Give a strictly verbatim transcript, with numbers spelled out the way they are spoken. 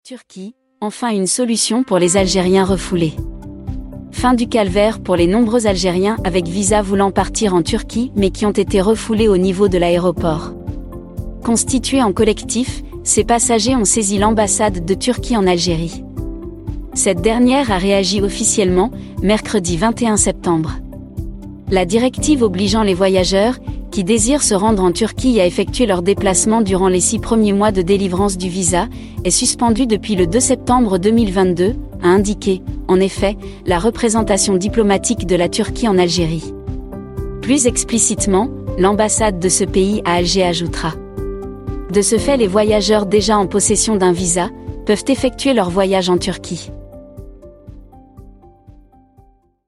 Turquie, enfin une solution pour les Algériens refoulés. Fin du calvaire pour les nombreux Algériens avec visa voulant partir en Turquie mais qui ont été refoulés au niveau de l'aéroport. Constitués en collectif, ces passagers ont saisi l'ambassade de Turquie en Algérie. Cette dernière a réagi officiellement, mercredi vingt et un septembre. La directive obligeant les voyageurs, qui désirent se rendre en Turquie à effectuer leur déplacement durant les six premiers mois de délivrance du visa, est suspendue depuis le deux septembre deux mille vingt-deux, a indiqué, en effet, la représentation diplomatique de la Turquie en Algérie. Plus explicitement, l'ambassade de ce pays à Alger ajoutera. De ce fait, les voyageurs déjà en possession d'un visa peuvent effectuer leur voyage en Turquie.